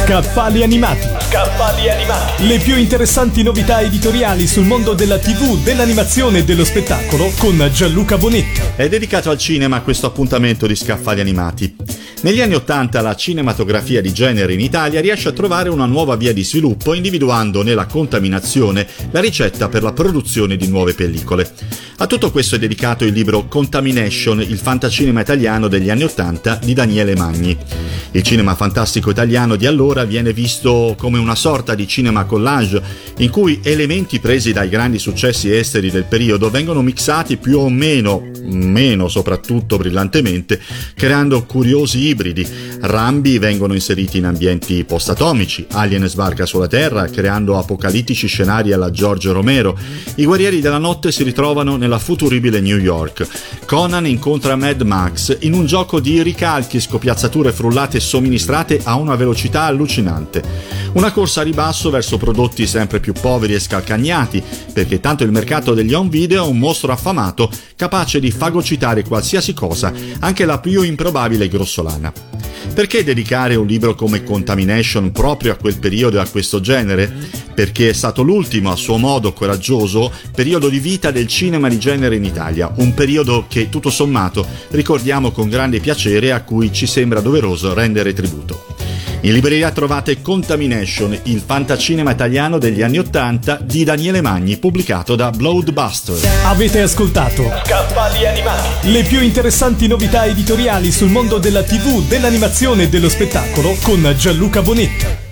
Scaffali animati. Scaffali animati. Le più interessanti novità editoriali sul mondo della TV, dell'animazione e dello spettacolo con Gianluca Bonetti. È dedicato al cinema questo appuntamento di Scaffali animati. Negli anni '80 la cinematografia di genere in Italia riesce a trovare una nuova via di sviluppo, individuando nella contaminazione la ricetta per la produzione di nuove pellicole. A tutto questo è dedicato il libro Contamination, il fantacinema italiano degli anni '80 di Daniele Magni. Il cinema fantastico italiano di allora viene visto come una sorta di cinema collage, in cui elementi presi dai grandi successi esteri del periodo vengono mixati più o meno soprattutto brillantemente, creando curiosi ibridi. Rambi vengono inseriti in ambienti post-atomici, Alien sbarca sulla Terra creando apocalittici scenari alla George Romero, i Guerrieri della Notte si ritrovano nella futuribile New York, Conan incontra Mad Max in un gioco di ricalchi, scopiazzature frullate e somministrate a una velocità allucinante. Una corsa a ribasso verso prodotti sempre più poveri e scalcagnati, perché tanto il mercato degli home video è un mostro affamato capace di fagocitare qualsiasi cosa, anche la più improbabile grossolana. Perché dedicare un libro come Contamination proprio a quel periodo e a questo genere? Perché è stato l'ultimo, a suo modo coraggioso, periodo di vita del cinema di genere in Italia, un periodo che, tutto sommato, ricordiamo con grande piacere e a cui ci sembra doveroso rendere tributo. In libreria trovate Contamination, il fantacinema italiano degli anni '80 di Daniele Magni, pubblicato da Blockbuster. Avete ascoltato Scaffali animati. le più interessanti novità editoriali sul mondo della TV, dell'animazione e dello spettacolo con Gianluca Bonetti.